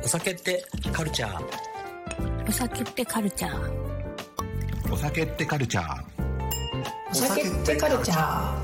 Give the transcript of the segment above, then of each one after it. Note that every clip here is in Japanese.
お酒ってカルチャー。 お酒ってカルチャー。 お酒ってカルチャー。 お酒ってカルチャー。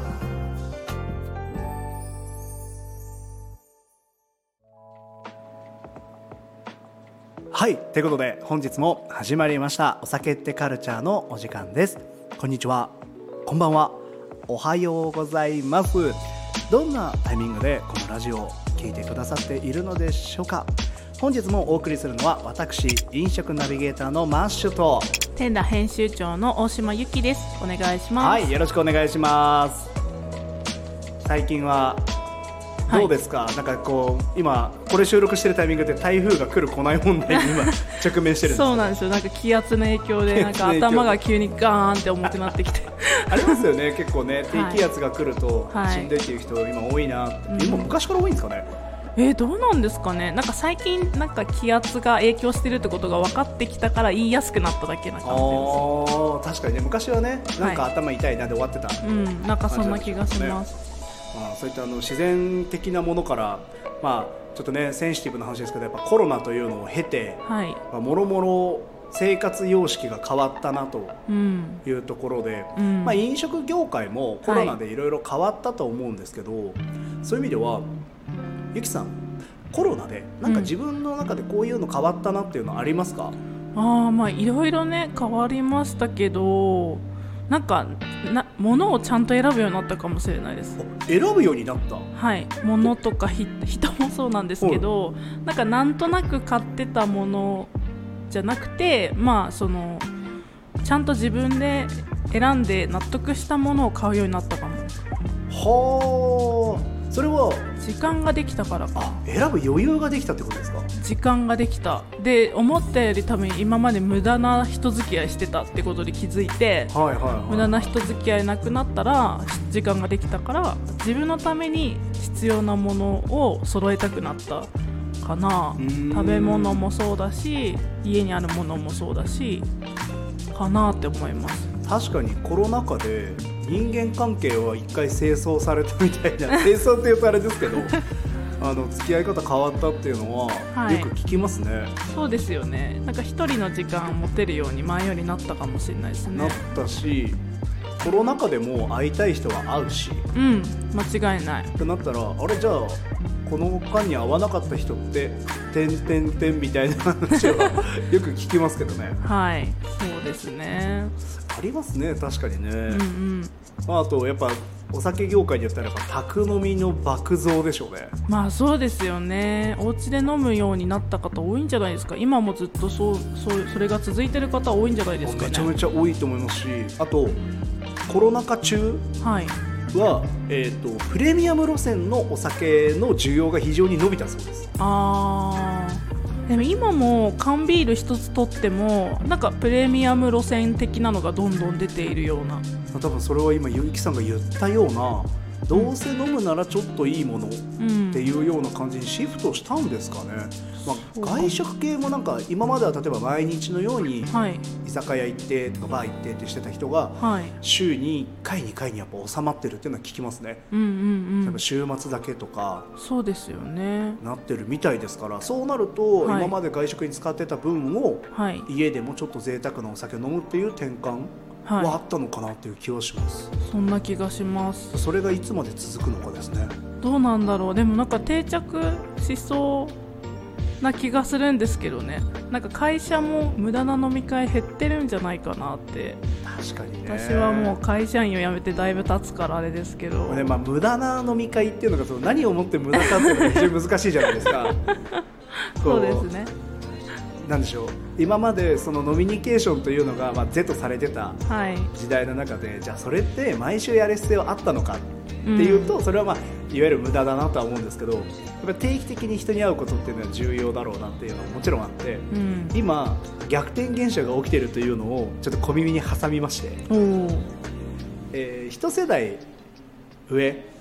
はい、ということで本日も始まりましたお酒ってカルチャーのお時間です。こんにちは、こんばんは、おはようございます。どんなタイミングでこのラジオを聞いてくださっているのでしょうか。本日もお送りするのは私、飲食ナビゲーターのマッシュと天田編集長の大島由紀です。お願いします。 はい、よろしくお願いします。最近はどうですか、なんかこう今これ収録してるタイミングで台風が来る来ない問題に今直面してるんですそうなんですよ。なんか気圧の影響でなんか頭が急にガーンって重くなってきてありますよね、結構ね、低気圧が来るとはい死んでっていう人今多いなって、今昔から多いんですかね。 どうなんですかね。なんか最近なんか気圧が影響してるってことが分かってきたから言いやすくなっただけな感じです。 確かにね、昔はね、なんか頭痛いなで終わってた、 なんかそんな気がします。 そういった自然的なものから、ちょっとねセンシティブな話ですけど、やっぱコロナというのを経て、もろもろ生活様式が変わったなというところで、飲食業界もコロナでいろいろ変わったと思うんですけど、そういう意味ではゆきさん、コロナでなんか自分の中でこういうの変わったなっていうのはありますか？ いろいろね変わりましたけど、なんか物をちゃんと選ぶようになったかもしれないです。 選ぶようになった？はい、 物とか人もそうなんですけど、なんとなく買ってたものじゃなくて、ちゃんと自分で選んで納得したものを買うようになったかも。 はあ、それは時間ができたからか。 選ぶ余裕ができたってことですか？ 時間ができた。で、思ったより多分今まで無駄な人付き合いしてたってことで気づいて、無駄な人付き合いなくなったら時間ができたから、自分のために必要なものを揃えたくなったかな。食べ物もそうだし、家にあるものもそうだしかなって思います。 確かにコロナ禍で人間関係は一回清掃されたみたいな清掃って言うとあれですけど付き合い方変わったっていうのはよく聞きますね。 そうですよね。なんか一人の時間持てるように前よりなったかもしれないですね。 なったし、コロナ禍でも会いたい人は会うし、 間違いないってなったら、あれじゃあこの間に会わなかった人ってみたいな話はよく聞きますけどね。 はい、そうですね。 ありますね、確かにね。あとやっぱお酒業界で言ったらやっぱ宅飲みの爆増でしょうね。 そうですよね。お家で飲むようになった方多いんじゃないですか。今もずっとそれが続いてる方多いんじゃないですかね。 めちゃめちゃ多いと思いますし、あとコロナ禍中は、プレミアム路線のお酒の需要が非常に伸びたそうです。 でも今も缶ビール一つ取ってもなんかプレミアム路線的なのがどんどん出ているような。 多分それは今ゆきさんが言ったような、どうせ飲むならちょっといいものっていうような感じにシフトしたんですかね。外食系もなんか今までは例えば毎日のように居酒屋行ってとかバー行ってってしてた人が、週に1回2回にやっぱ収まってるっていうのは聞きますね。やっぱ週末だけとかそうですよね、 なってるみたいですから、そうなると今まで外食に使ってた分を家でもちょっと贅沢なお酒を飲むっていう転換はあったのかなっていう気はします。 そんな気がします。 それがいつまで続くのかですね。 どうなんだろう。でもなんか定着しそうな気がするんですけどね。なんか会社も無駄な飲み会減ってるんじゃないかなって。 確かにね。 私はもう会社員を辞めてだいぶ経つからあれですけど、 無駄な飲み会っていうのが何をもって無駄かっていうのが非常に難しいじゃないですかそうですね。 なんでしょう、今までそのノミニケーションというのが是とされてた時代の中で、じゃあそれって毎週やる必要あったのかっていうと、それはいわゆる無駄だなとは思うんですけど、やっぱ定期的に人に会うことっていうのは重要だろうなっていうのはもちろんあって、今逆転現象が起きているというのをちょっと小耳に挟みまして、一世代上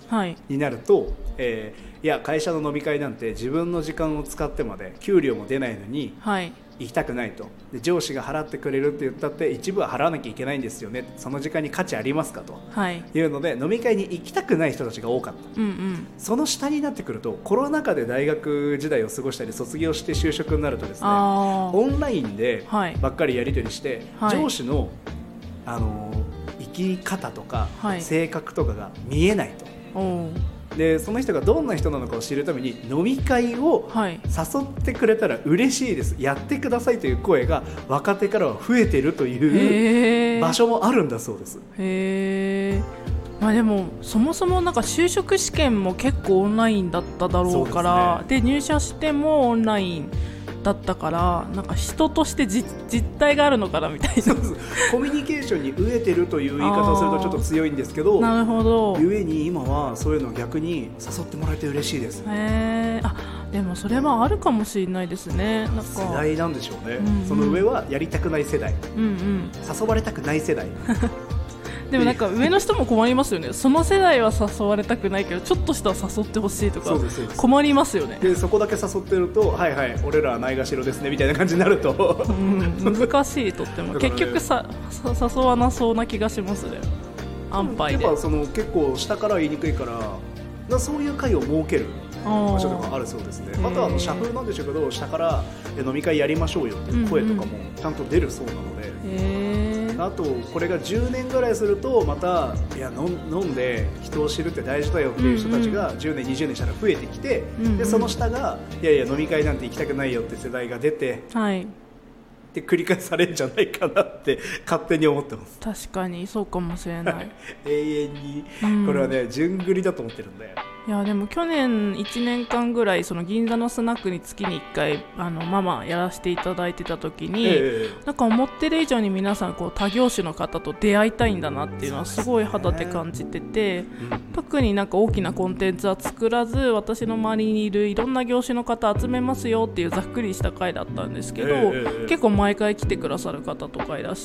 になると、いや会社の飲み会なんて自分の時間を使ってまで給料も出ないのに行きたくないと、で上司が払ってくれるって言ったって一部は払わなきゃいけないんですよね、その時間に価値ありますかと、いうので飲み会に行きたくない人たちが多かった、その下になってくるとコロナ禍で大学時代を過ごしたり卒業して就職になるとですね、オンラインでばっかりやり取りして、上司の、生き方とか、性格とかが見えないと。でその人がどんな人なのかを知るために飲み会を誘ってくれたら嬉しいです、やってくださいという声が若手からは増えているという場所もあるんだそうです。 でもそもそもなんか就職試験も結構オンラインだっただろうから、で入社してもオンラインだったから、なんか人として実態があるのかなみたいな。 コミュニケーションに飢えてるという言い方をするとちょっと強いんですけど、 なるほど、 ゆえに今はそういうのを逆に誘ってもらえて嬉しいです。 でもそれはあるかもしれないですね。なんか世代なんでしょうね、その上はやりたくない世代、誘われたくない世代でもなんか上の人も困りますよね。その世代は誘われたくないけどちょっとしたら誘ってほしいとか困りますよね。 でそこだけ誘ってるとはいはい俺らはないがしろですねみたいな感じになると、 難しいとっても、結局誘わなそうな気がしますね、安牌で。 やっぱその結構下から言いにくいからそういう会を設ける場所とかあるそうですね。あとは社風なんでしょうけど下から飲み会やりましょうよっていう声とかもちゃんと出るそうなので、あとこれが10年ぐらいするとまたいや飲んで人を知るって大事だよっていう人たちが10年20年したら増えてきて、でその下がいやいや飲み会なんて行きたくないよって世代が出て、で繰り返されるんじゃないかなって勝手に思ってます。 確かにそうかもしれない永遠にこれはね、順繰りだと思ってるんで。 いやでも去年1年間ぐらいその銀座のスナックに月に1回ママやらせていただいてた時に、なんか思ってる以上に皆さんこう他業種の方と出会いたいんだなっていうのはすごい肌で感じてて、特になんか大きなコンテンツは作らず私の周りにいるいろんな業種の方集めますよっていうざっくりした回だったんですけど、結構毎回来てくださる方とかいらして、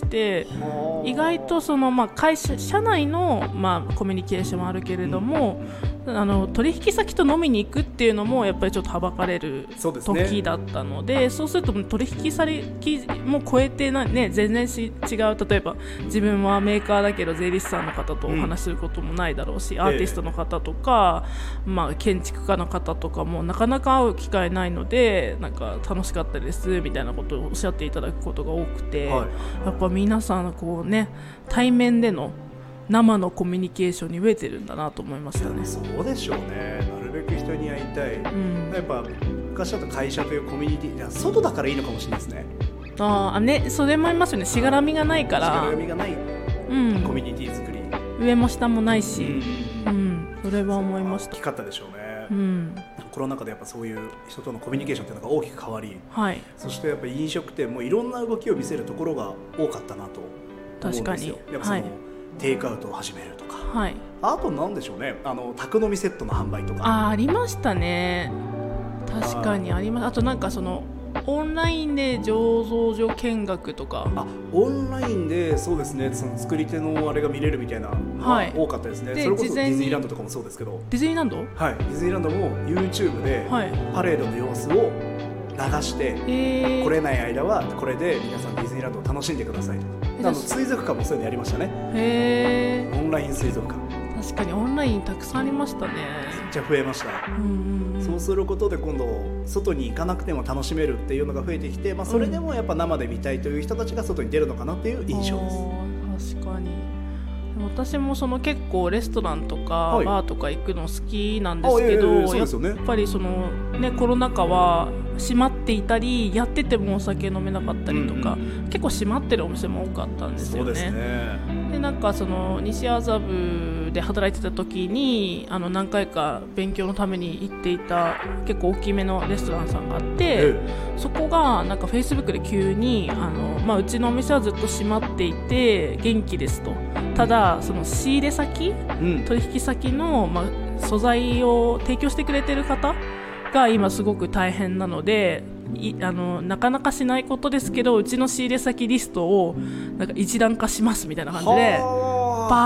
意外とその会社社内のコミュニケーションもあるけれども、取引先と飲みに行くっていうのもやっぱりちょっとはばかれる時だったので、そうすると取引先も超えて全然違う、例えば自分はメーカーだけど税理士さんの方とお話しすることもないだろうし、アーティストの方とか、建築家の方とかもなかなか会う機会ないのでなんか楽しかったですみたいなことをおっしゃっていただくことが多くて、やっぱ皆さんこう対面での生のコミュニケーションに飢えてるんだなと思いましたね。 そうでしょうね。なるべく人に会いたい、やっぱ昔だと会社というコミュニティ、外だからいいのかもしれないですね。 それもありますよね。しがらみがないから、しがらみがないコミュニティ作り、 上も下もないし、それは思いました。 大きかったでしょうね。コロナ禍でやっぱそういう人とのコミュニケーションというのが大きく変わり、そしてやっぱ飲食店もいろんな動きを見せるところが多かったなと思うんですよ。やっぱその、テイクアウトを始めるとか、あとなんでしょうね、宅飲みセットの販売とかありましたね。確かにあります。あとなんかそのオンラインで醸造所見学とか、 オンラインでそうですね、その作り手のあれが見れるみたいなのが多かったですね。それこそディズニーランドとかもそうですけど、 ディズニーランド、 ディズニーランドも YouTube でパレードの様子を流して、来れない間はこれで皆さんディズニーランドを楽しんでくださいと。水族館もそういうのやりましたね。オンライン水族館、 確かにオンラインたくさんありましたね。 めっちゃ増えました。そうすることで今度外に行かなくても楽しめるっていうのが増えてきて、それでもやっぱ生で見たいという人たちが外に出るのかなっていう印象です。 確かに私もその結構レストランとかバーとか行くの好きなんですけど、やっぱりその、コロナ禍は閉まっていたりやっててもお酒飲めなかったりとか、結構閉まってるお店も多かったんですよね。そうですね。でなんかその西麻布で働いてた時に何回か勉強のために行っていた結構大きめのレストランさんがあって、そこがなんかフェイスブックで急にうちのお店はずっと閉まっていて元気ですと、ただその仕入れ先、取引先の、素材を提供してくれてる方が今すごく大変なので、なかなかしないことですけどうちの仕入れ先リストをなんか一覧化しますみたいな感じでバーっ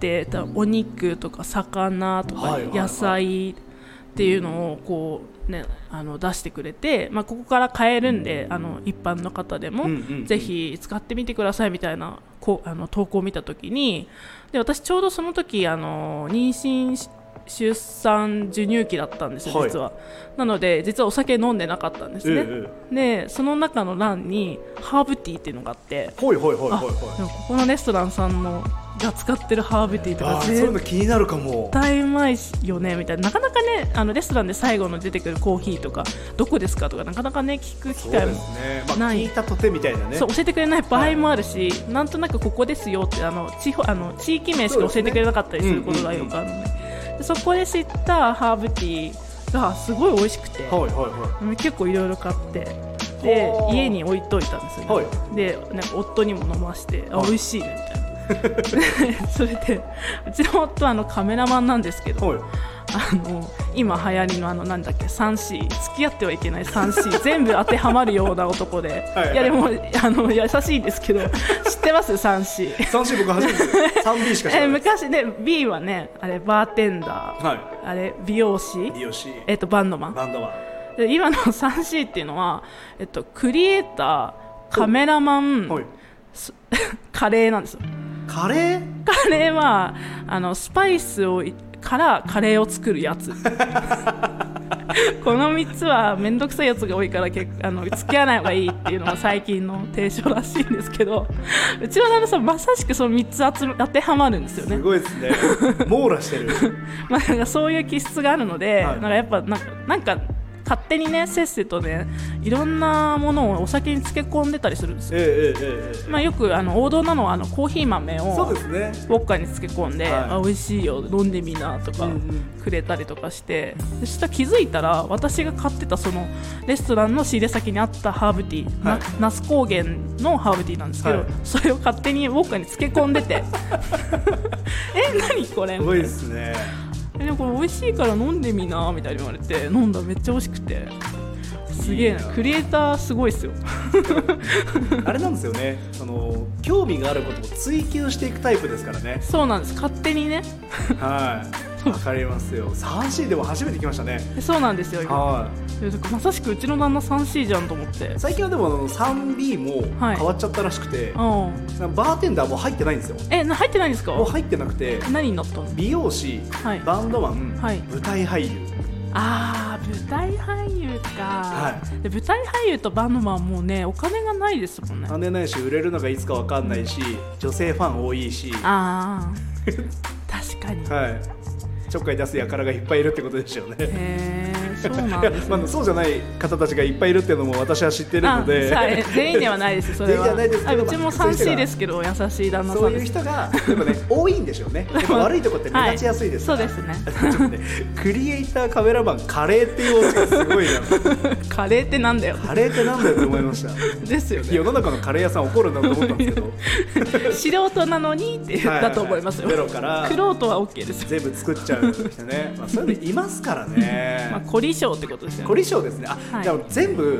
て、お肉とか魚とか野菜っていうのをこう、ね、出してくれて、ここから買えるんで一般の方でもぜひ使ってみてくださいみたいな投稿を見たときに、で私ちょうどその時妊娠出産授乳期だったんですよ、実は。なので実はお酒飲んでなかったんですね。でその中の欄にハーブティーっていうのがあって、ここのレストランさんのが使ってるハーブティーとかそういうの気になるかも。 絶対うまいよねみたいな。なかなかねレストランで最後の出てくるコーヒーとかどこですかとかなかなかね聞く機会もない、 聞いたとてみたいなね、 そう教えてくれない場合もあるし、なんとなくここですよって地域名しか教えてくれなかったりすることがよくあるので、そこで知ったハーブティーがすごい美味しくて、結構いろいろ買ってで家に置いといたんですよ、でなんか夫にも飲まして、美味しいねみたいなそれでうちの夫はカメラマンなんですけど、今流行りのなんだっけ 3C 付き合ってはいけない 3C 全部当てはまるような男でいやでも優しいですけど知ってます 3C 僕初めて 3B しか知らない昔ね B はねあれバーテンダー、あれ美容師バンドマンで今の 3C っていうのは、クリエイターカメラマン、カレーなんですよ。カレーはスパイスをからカレーを作るやつこの3つは面倒くさいやつが多いから付き合わない方がいいっていうのが最近の提唱らしいんですけど、うちの旦那さんまさしくその3つ当てはまるんですよね。 すごいですね網羅してるなんかそういう気質があるので、なんかやっぱなんか勝手にねせっせとねいろんなものをお酒に漬け込んでたりするんですよ。よく王道なのはコーヒー豆をウォッカに漬け込んで、美味しいよ飲んでみなとかくれたりとかして、そしたら気づいたら私が買ってたそのレストランの仕入れ先にあったハーブティー、那須高原のハーブティーなんですけど、それを勝手にウォッカに漬け込んでて何これすごいですね。 でこれ美味しいから飲んでみなみたいに言われて飲んだらめっちゃ美味しくて、すげえな、クリエイターすごいですよあれなんですよね、興味があることを追求していくタイプですからね。 そうなんです、勝手にねわかりますよ。 3C でも初めて来ましたね。 そうなんですよ、まさしくうちの旦那 3C じゃんと思って。 最近はでも3B も変わっちゃったらしくて、バーテンダーも入ってないんですよ。 入ってないんですか？ もう入ってなくて、 何になったの？ 美容師、バンドマン、舞台俳優。 舞台俳優か、で舞台俳優とバンドマンもねお金がないですもんね。 金ないし売れるのがいつか分かんないし、女性ファン多いし確かに、 ちょっかい出す輩がいっぱいいるってことでしょうね。 そうなんですね。 そうじゃない方たちがいっぱいいるっていうのも私は知ってるので、 全員ではないです。それは全員ではないですけど、うちも 3C ですけど優しい旦那さんです。 そういう人がやっぱね多いんでしょうね。やっぱ悪いとこって目立ちやすいですから。 そうですねクリエイターカメラマンカレーっていうお家がすごいなカレーってなんだよカレーってなんだよって思いましたですよね。 世の中のカレー屋さん怒るんだと思ったんですけど素人なのにって言ったと思いますよ。 ゼロからクロートは OK ですよ。 全部作っちゃう人ねそういうのいますからね。 凝り性ってことですよね。 凝り性ですね。じゃあ全部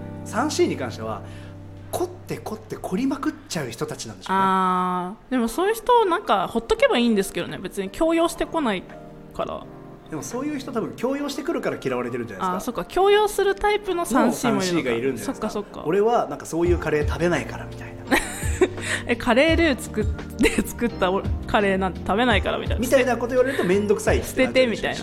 3C に関しては凝って凝りまくっちゃう人たちなんでしょうね。 でもそういう人なんかほっとけばいいんですけどね、別に強要してこないから。 でもそういう人多分強要してくるから嫌われてるんじゃないですか。 そっか、強要するタイプの 3C もいるのか。 3C がいるんじゃないですか。 そっか俺はなんかそういうカレー食べないからみたいなカレールー作ったカレーなんて食べないからみたいなこと言われると面倒くさいって捨ててみたいな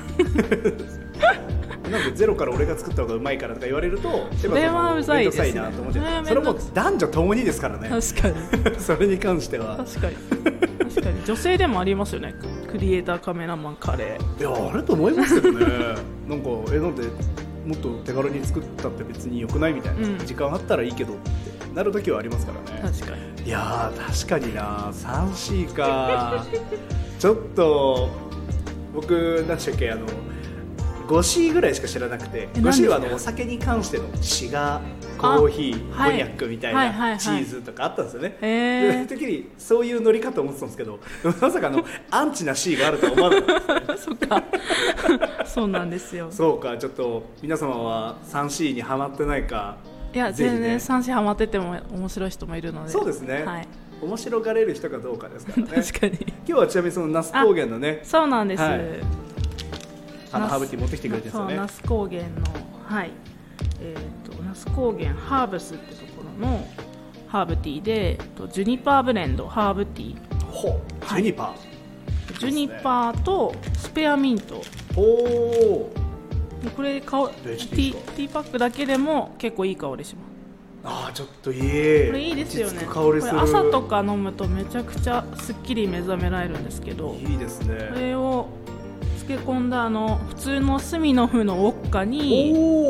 なんでゼロから俺が作った方がうまいからとか言われるとそれはうざいですね。 面倒くさいなと思って、それも男女ともにですからね。 確かにそれに関しては確かに女性でもありますよね、クリエイターカメラマンカレー。 いやあると思いますけどねなんかなんでもっと手軽に作ったって別に良くないみたいな、時間あったらいいけどってなる時はありますからね。 確かに。 いや確かにな 3C かちょっと僕何でしたっけ5C ぐらいしか知らなくて、5C はお酒に関してのシガー、コーヒー、コニャックみたいなチーズとかあったんですよね。で時にそういう乗り方を思ってたんですけど、まさかアンチな C があるとは思わなかったですね。 そっかそうなんですよ。 そうか、ちょっと皆様は 3C にハマってないか。 いや全然 3C ハマってても面白い人もいるので。 そうですね、 面白がれる人かどうかですからね。 確かに。 今日はちなみにその那須高原のね、 そうなんです、 はい、ハーブティー持ってきてくれてるんですよね。 そう、那須高原の、はい、那須高原ハーブスってところのハーブティーで、ジュニパーブレンドハーブティー。 ほう、ジュニパー、はい、 ジュニパーとスペアミント。 おお。 これティーパックだけでも結構いい香りします。 ああ、ちょっといい。これいいですよね。 香りする。 これ朝とか飲むとめちゃくちゃすっきり目覚められるんですけど。 いいですね。 これを漬け込んだ普通のスミノフのウォッカに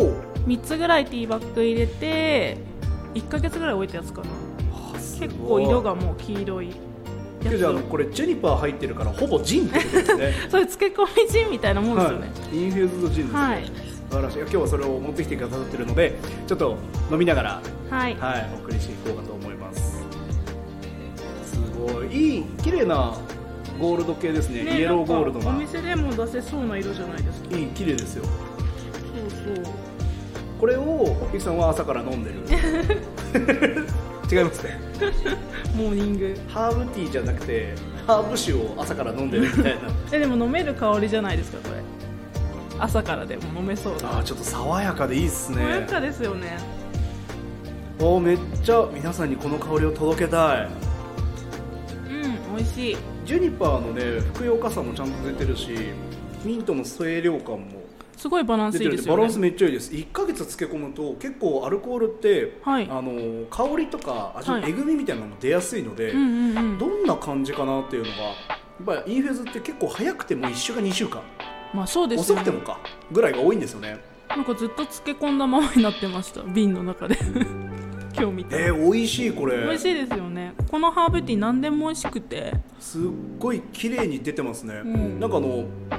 3つぐらいティーバッグ入れて1ヶ月ぐらい置いたやつかな。結構色がもう黄色い。 じゃあこれジュニパー入ってるからほぼジンってことですね。 それ漬け込みジンみたいなもんですよね。 はい、インフューズドジンですね。はい、素晴らしい。今日はそれを持ってきてくださってるので、ちょっと飲みながら、はい、はい、お送りしていこうかと思います。すごいいい綺麗なゴールド系ですね。イエローゴールドな。 お店でも出せそうな色じゃないですか。 いい、綺麗ですよ。 そうそう。 これをゆきさんは朝から飲んでる。違いますね。 モーニングハーブティーじゃなくてハーブ酒を朝から飲んでるみたいな。 でも飲める香りじゃないですかこれ。朝からでも飲めそうだ。 あ、ちょっと爽やかでいいっすね。 爽やかですよね。 お、めっちゃ皆さんにこの香りを届けたい。 うん、美味しい。 ジュニパーのね、ふくよかさもちゃんと出てるし、ミントの清涼感もすごいバランスいいですよね。 バランスめっちゃいいです。1ヶ月漬け込むと結構アルコールって、はい、香りとか味のえぐみみたいなのも出やすいので、どんな感じかなっていうのが、やっぱりインフューズって結構早くても1週間2週間、 まあそうですよね、 遅くてもかぐらいが多いんですよね。 なんかずっと漬け込んだままになってました、瓶の中で。今日見た。 美味しい。これ美味しいですよね。このハーブティー何でも美味しくてすっごい綺麗に出てますね。なんか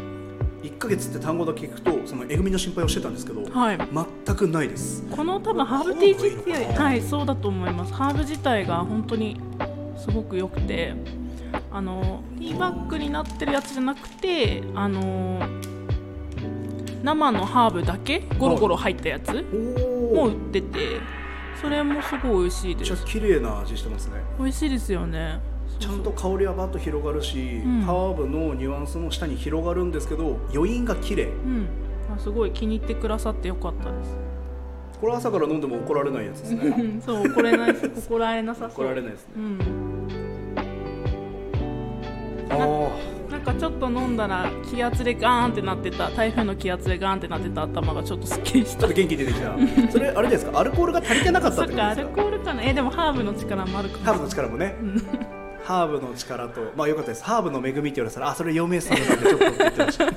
1ヶ月って単語だけ聞くとそのえぐみの心配をしてたんですけど、はい、全くないです。 この多分ハーブティー自体、はい、そうだと思います。ハーブ自体が本当にすごく良くて、ティーバッグになってるやつじゃなくて、生のハーブだけゴロゴロ入ったやつも売ってて、それもすごい美味しいです。 めっちゃ綺麗な味してますね。 美味しいですよね。 ちゃんと香りはバッと広がるし、ハーブのニュアンスの下に広がるんですけど余韻が綺麗、 すごい気に入ってくださってよかったです。 これ朝から飲んでも怒られないやつですね。 そう、怒られなさそう。怒られないですね。 なんかちょっと飲んだら気圧でガーンってなってた、台風の気圧でガーンってなってた頭がちょっとすっきりした。 ちょっと元気出てきた。それあれですか、アルコールが足りてなかったってことですか。 そっか、アルコールかな。でもハーブの力もあるかも。 ハーブの力もね。ハーブの力と、まあよかったです。ハーブの恵みって言われたら、それ陽明さんなんでちょっとって言ってました。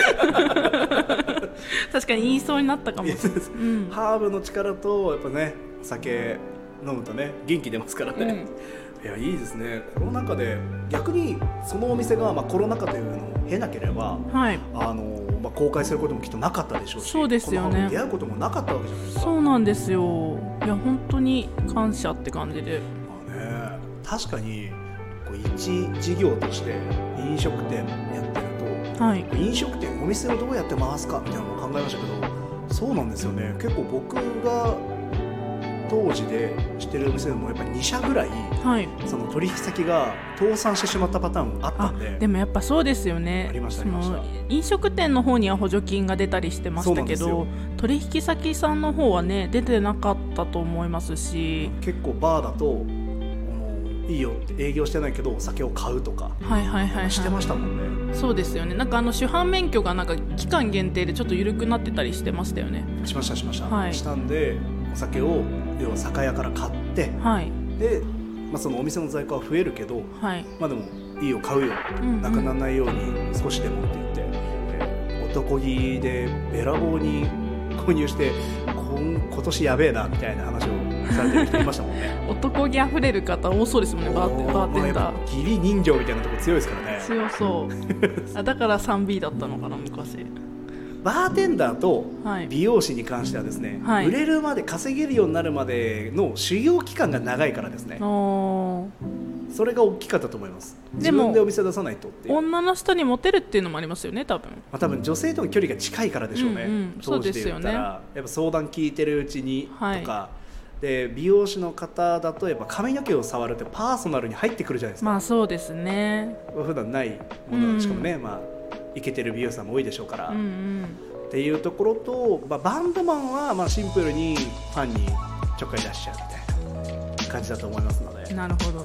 確かに言いそうになったかも。 ハーブの力とやっぱね、酒飲むとね元気出ますからね。いや、いいですね。コロナ禍で逆にそのお店が、コロナ禍というのを経なければ、はい、公開することもきっとなかったでしょうし、 そうですよね。 出会うこともなかったわけじゃないですか。 そうなんですよ。いや、本当に感謝って感じで。 確かに一事業として飲食店やってると、はい、飲食店お店をどうやって回すかみたいなのを考えましたけど、そうなんですよね。結構僕が当時で知ってるお店でもやっぱり2社ぐらい、はい、その取引先が倒産してしまったパターンがあったんで。 でもやっぱそうですよね。 ありました、ありました。 飲食店の方には補助金が出たりしてましたけど、取引先さんの方はね出てなかったと思いますし、 結構バーだといいよ営業してないけどお酒を買うとかしてましたもんね。 そうですよね。なんか主犯免許がなんか期間限定でちょっと緩くなってたりしてましたよね。 しました、はい、したんでお酒を要は酒屋から買って、はい、で、そのお店の在庫は増えるけど、はい、でもいいよ買うよ、なくならないように少しでもって言って、男気でべらぼうに購入して今年やべえなみたいな話をされてる人いましたもんね。 男気あふれる方多そうですもんね。バーテンダー、 義理人情みたいなとこ強いですからね。 強そうだから 3B だったのかな昔。 バーテンダーと美容師に関してはですね、はい、売れるまで稼げるようになるまでの修行期間が長いからですね。それが大きかったと思います。自分でお店出さないとっていう。 女の人にモテるっていうのもありますよね、多分。 多分女性との距離が近いからでしょうね。当時で言ったら、やっぱ相談聞いてるうちにとか、 で美容師の方だとやっぱ髪の毛を触るってパーソナルに入ってくるじゃないですか。 まあそうですね。 普段ないもの、しかもね、まあイケてる美容師さんも多いでしょうから、っていうところと、まあ、バンドマンはまあシンプルにファンにちょっかい出しちゃうみたいな感じだと思いますので。 なるほど。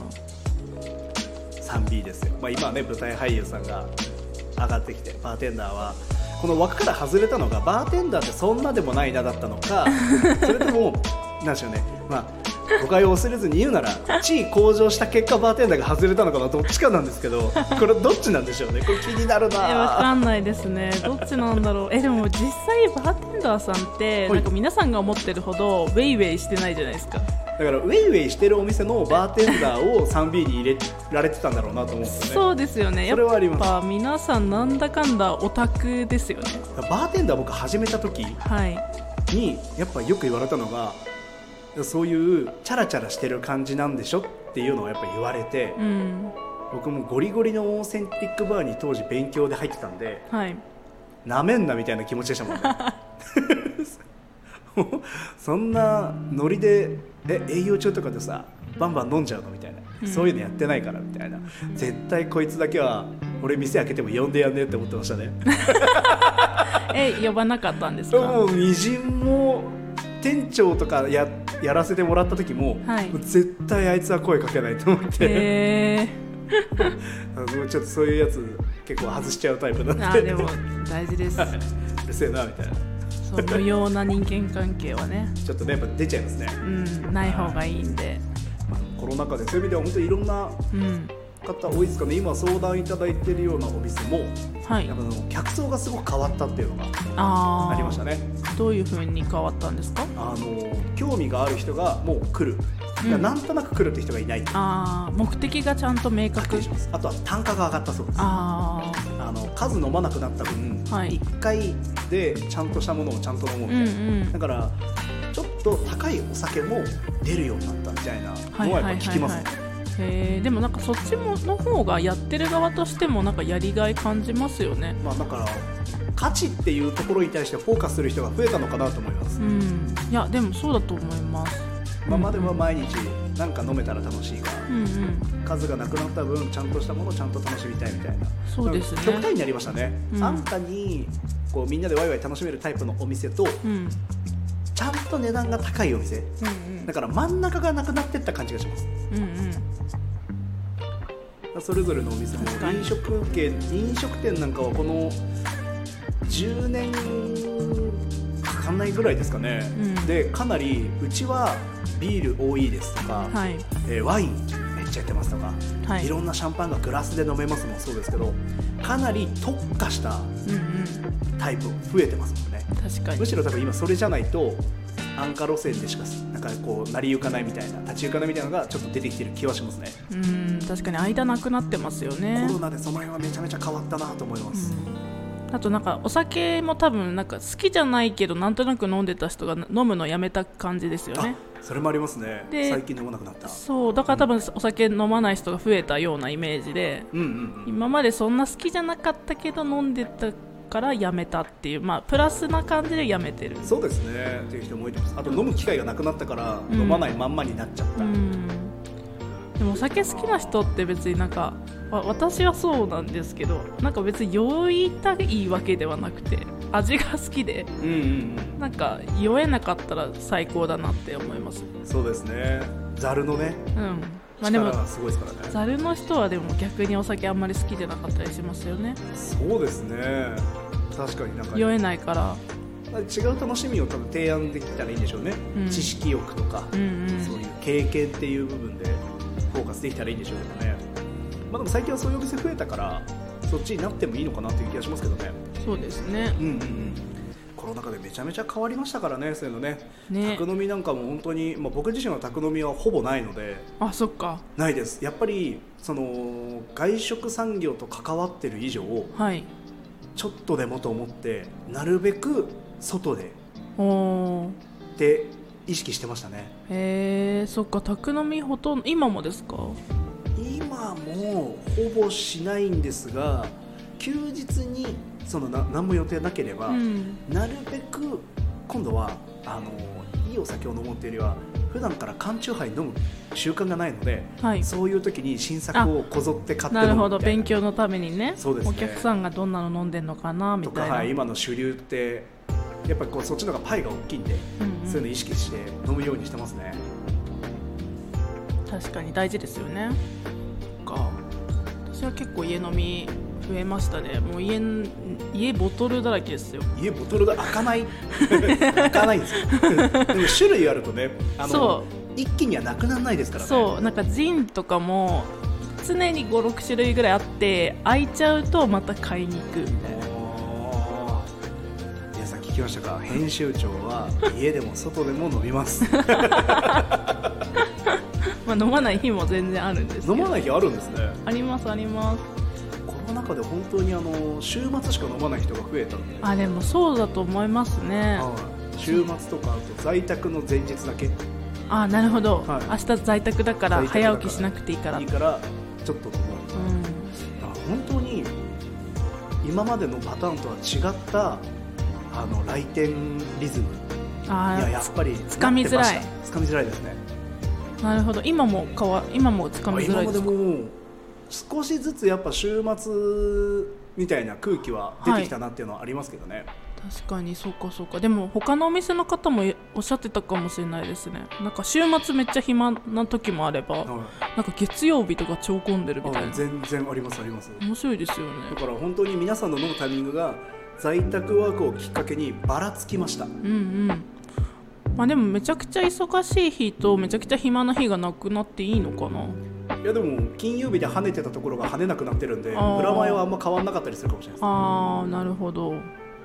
3B ですよ。まあ、今はね舞台俳優さんが上がってきて、バーテンダーはこの枠から外れたのがバーテンダーってそんなでもないなだったのかそれともなんでしょうね、まあ誤解を恐れずに言うなら地位向上した結果バーテンダーが外れたのかな、どっちかなんですけど、これどっちなんでしょうね。これ気になるな。 わかんないですね。どっちなんだろう。でも実際バーテンダーさんってなんか皆さんが思ってるほどウェイウェイしてないじゃないですか。 だからウェイウェイしてるお店のバーテンダーを 3B に入れられてたんだろうなと思うんですよね。 そうですよね。 それはあります。 やっぱ皆さんなんだかんだオタクですよね。 バーテンダー僕始めた時にやっぱよく言われたのが、そういうチャラチャラしてる感じなんでしょっていうのをやっぱ言われて、僕もゴリゴリのオーセンティックバーに当時勉強で入ってたんで、なめんなみたいな気持ちでしたもんねそんなノリで営業中とかでさバンバン飲んじゃうのみたいな、そういうのやってないからみたいな、絶対こいつだけは俺店開けても呼んでやんねえって思ってましたね呼ばなかったんですか？ もうみじんも店長とか やらせてもらった時も、絶対あいつは声かけないと思ってちょっとそういうやつ結構外しちゃうタイプなんで。 でも大事ですうるせえなみたいな、 そう無用な人間関係はねちょっとねやっぱ出ちゃいますね。 ない方がいいんで、 コロナ禍でそういう意味では本当にいろんな方多いですかね。今相談いただいているようなお店も、やっぱ客層がすごく変わったっていうのがありましたね。 どういう風に変わったんですか？ 興味がある人がもう来る、なんとなく来るって人がいない。 目的がちゃんと明確。 あとは単価が上がったそうです。数飲まなくなった分、1回でちゃんとしたものをちゃんと飲もうみたいな、だからちょっと高いお酒も出るようになったみたいなのはやっぱ聞きますね。 でもなんかそっちもの方がやってる側としてもなんかやりがい感じますよね。 だから価値っていうところに対してフォーカスする人が増えたのかなと思います。 いやでもそうだと思います。 今までは毎日なんか飲めたら楽しいが、数がなくなった分ちゃんとしたものをちゃんと楽しみたいみたいな。 そうですね。 極端になりましたね。安価にこうみんなでワイワイ楽しめるタイプのお店と、ちゃんと値段が高いお店、だから真ん中がなくなっていった感じがします。それぞれのお店も飲食店なんかはこの10年かかんないぐらいですかね、でかなりうちはビール多いですとか、ワインめっちゃやってますとか、いろんなシャンパンがグラスで飲めますもそうですけど、かなり特化したタイプ増えてますもんね。 確かに。 むしろ多分今それじゃないと安価路線でしかなんかこう成り行かないみたいな、立ち行かないみたいなのがちょっと出てきてる気はしますね。 確かに間なくなってますよね。 コロナでその辺はめちゃめちゃ変わったなと思います。 あとなんかお酒も多分なんか好きじゃないけどなんとなく飲んでた人が飲むのやめた感じですよね。 それもありますね。最近飲まなくなった。 そうだから多分お酒飲まない人が増えたようなイメージで、今までそんな好きじゃなかったけど飲んでたからやめたっていう、プラスな感じでやめてる。 そうですねっていう人も多いと思います。あと飲む機会がなくなったから飲まないまんまになっちゃった。 でもお酒好きな人って別になんか私はそうなんですけど、なんか別に酔いたいわけではなくて味が好きで、なんか酔えなかったら最高だなって思います。 そうですね。ザルのね、 でも力がすごいですからね。 ザルの人はでも逆にお酒あんまり好きじゃなかったりしますよね。 そうですね。確かになんか酔えないから違う楽しみを多分提案できたらいいんでしょうね。知識欲とか、そういう経験っていう部分でフォーカスできたらいいんでしょうけどね。でも最近はそういうお店増えたからそっちになってもいいのかなっていう気がしますけどね。 そうですね。 コロナ禍でめちゃめちゃ変わりましたからね、そういうのね。宅飲みなんかも本当に、僕自身は宅飲みはほぼないので。 そっか。ないです。やっぱりその外食産業と関わってる以上、ちょっとでもと思ってなるべく外でって意識してましたね。 そっか。宅飲みほとんど今もですか？ 今もほぼしないんですが、休日に何も予定なければ、なるべく今度はいいお酒を飲もうっていうよりは普段から缶チューハイ飲む習慣がないので、 はい、 そういう時に新作をこぞって買って飲むみたいな。 なるほど、勉強のためにね。 そうですね、 お客さんがどんなの飲んでるのかなみたいなとか、はい、今の主流ってやっぱりこうそっちの方がパイが大きいんで、そういうの意識して飲むようにしてますね。 確かに大事ですよね。私は結構家飲み増えましたね。もう家ボトルだらけですよ。 家ボトルだ、開かない開かないんですよでも種類あるとね、そう一気にはなくならないですからね。 そう、なんかジンとかも常に 5,6 種類ぐらいあって、開いちゃうとまた買いに行くみたいな。 皆さん聞きましたか、編集長は家でも外でも飲みますまあ飲まない日も全然あるんですけど。 飲まない日あるんですね。 ありますあります。 コロナ禍で本当に週末しか飲まない人が増えたんで。 あ、でもそうだと思いますね。 週末とか、あと在宅の前日だけ。 あ、なるほど、 はい、 明日在宅だから早起きしなくていいからちょっと飲む、本当に今までのパターンとは違った来店リズム。やっぱりつかみづらいですね。 なるほど、今もつかみづらいですか。 今までも少しずつやっぱ週末みたいな空気は出てきたなっていうのはありますけどね、はい、 確かにそうか。でも他のお店の方もおっしゃってたかもしれないですね。なんか週末めっちゃ暇な時もあれば、なんか月曜日とか超混んでるみたいな。 全然あります。 面白いですよね。 だから本当に皆さんの飲むタイミングが在宅ワークをきっかけにばらつきました。 まあ、でもめちゃくちゃ忙しい日とめちゃくちゃ暇な日がなくなっていいのかな。 いやでも金曜日で跳ねてたところが跳ねなくなってるんで、裏前はあんま変わんなかったりするかもしれないです。 ああ、なるほど。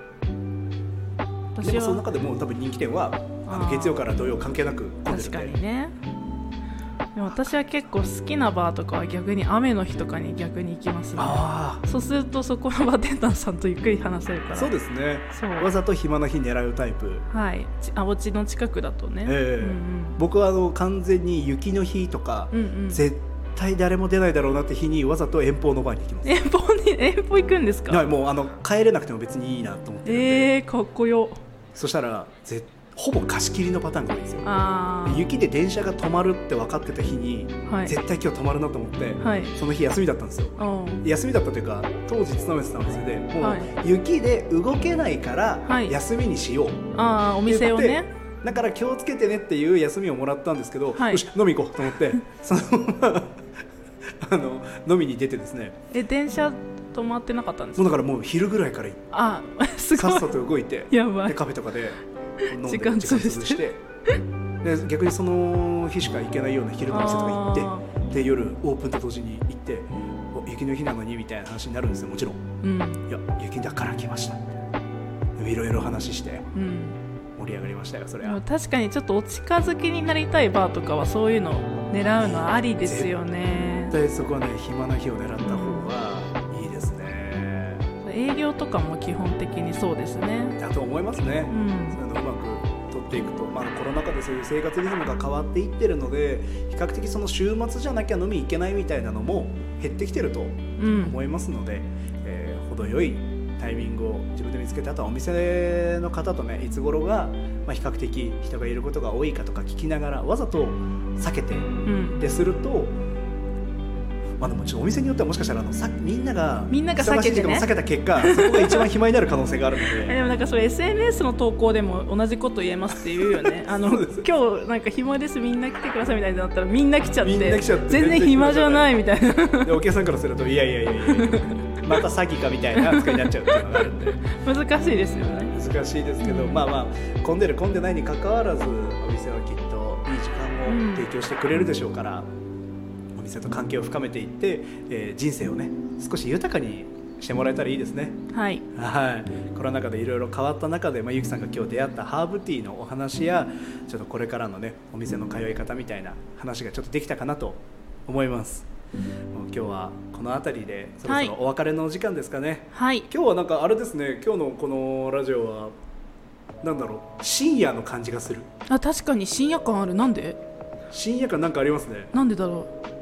でもその中でも多分人気店は月曜から土曜関係なく混んでるんで。 確かにね。でも私は結構好きなバーとかは逆に雨の日とかに逆に行きますね。そうするとそこのバーテンダーさんとゆっくり話せるから。そうですね。わざと暇な日狙うタイプ。 はい。お家の近くだとね。 僕は完全に雪の日とか、絶対誰も出ないだろうなって日にわざと遠方のバーに行きます。 遠方行くんですか。 もう帰れなくても別にいいなと思ってるんで。 かっこよ。 そしたらほぼ貸し切りのパターンが多いんですよ。雪で電車が止まるって分かってた日に、絶対今日止まるなと思って、その日休みだったんですよ。休みだったというか当時勤めてたんですよね。もう雪で動けないから休みにしよう、 お店をね。 だから気をつけてねっていう休みをもらったんですけど、よし飲み行こうと思ってそのまま飲みに出てですね。 電車止まってなかったんですか。 だからもう昼ぐらいからすごいさっさと動いてやばい。 でカフェとかで飲んで時間潰してで逆にその日しか行けないような昼の店とか行ってで夜オープンと同時に行って雪の日なのにみたいな話になるんですよ。もちろん、いや雪だから来ましたいろいろ話して、盛り上がりましたよ。それは確かにちょっとお近づきになりたいバーとかはそういうのを狙うのはありですよね。 絶対そこはね暇な日を狙った方がいいですね。 営業とかも基本的にそうですね。 だと思いますね、そういうのうまく取っていくと、コロナ禍でそういう生活リズムが変わっていってるので比較的その週末じゃなきゃ飲み行けないみたいなのも減ってきてると思いますので、程よいタイミングを自分で見つけて、あとはお店の方とねいつ頃が、比較的人がいることが多いかとか聞きながらわざと避けて、でするとでもちょっとお店によってはもしかしたらみんなが避けてね、 避けた結果そこが一番暇になる可能性があるのででもなんかそれ SNS の投稿でも同じこと言えますって言うよね今日なんか暇ですみんな来てくださいみたいになったらみんな来ちゃって全然暇じゃないみたいなでお客さんからするといやまた詐欺かみたいな扱いになっちゃうっていうのがあるんで難しいですよね。 難しいですけど、混んでる混んでないに関わらずお店はきっといい時間を提供してくれるでしょうから、お店と関係を深めていって、人生をね少し豊かにしてもらえたらいいですね。はい、コロナ禍でいろいろ変わった中で、ゆきさんが今日出会ったハーブティーのお話やちょっとこれからのねお店の通い方みたいな話がちょっとできたかなと思います。今日はこの辺りでそろそろお別れのお時間ですかね。今日はなんかあれですね、今日のこのラジオはなんだろう、深夜の感じがする。 確かに深夜感ある。なんで？ 深夜感なんかありますね。 なんでだろう。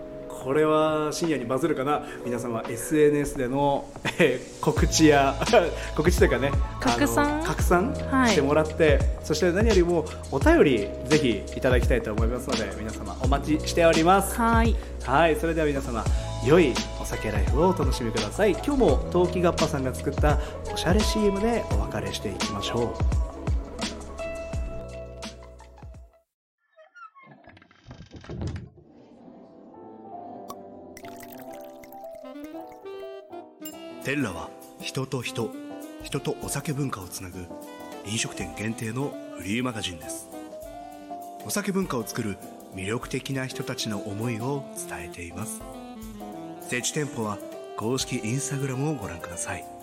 これは深夜にバズるかな。皆様 SNS での、告知や告知というかね、拡散してもらって、そして何よりもお便りぜひいただきたいと思いますので、皆様お待ちしております。はい、それでは皆様良いお酒ライフをお楽しみください。今日も陶器ガッパさんが作ったおしゃれ CM でお別れしていきましょう。 テッラは人と人とお酒文化をつなぐ飲食店限定のフリーマガジンです。お酒文化を作る魅力的な人たちの思いを伝えています。設置店舗は公式インスタグラムをご覧ください。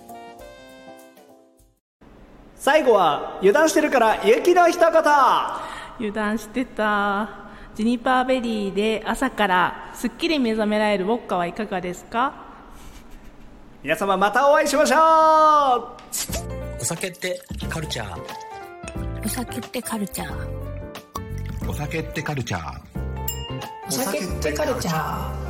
最後は油断してるから雪の一言。 油断してた。ジュニパーベリーで朝からすっきり目覚められるウォッカはいかがですか？ 皆様またお会いしましょう。 お酒ってカルチャー。 お酒ってカルチャー。 お酒ってカルチャー。 お酒ってカルチャー。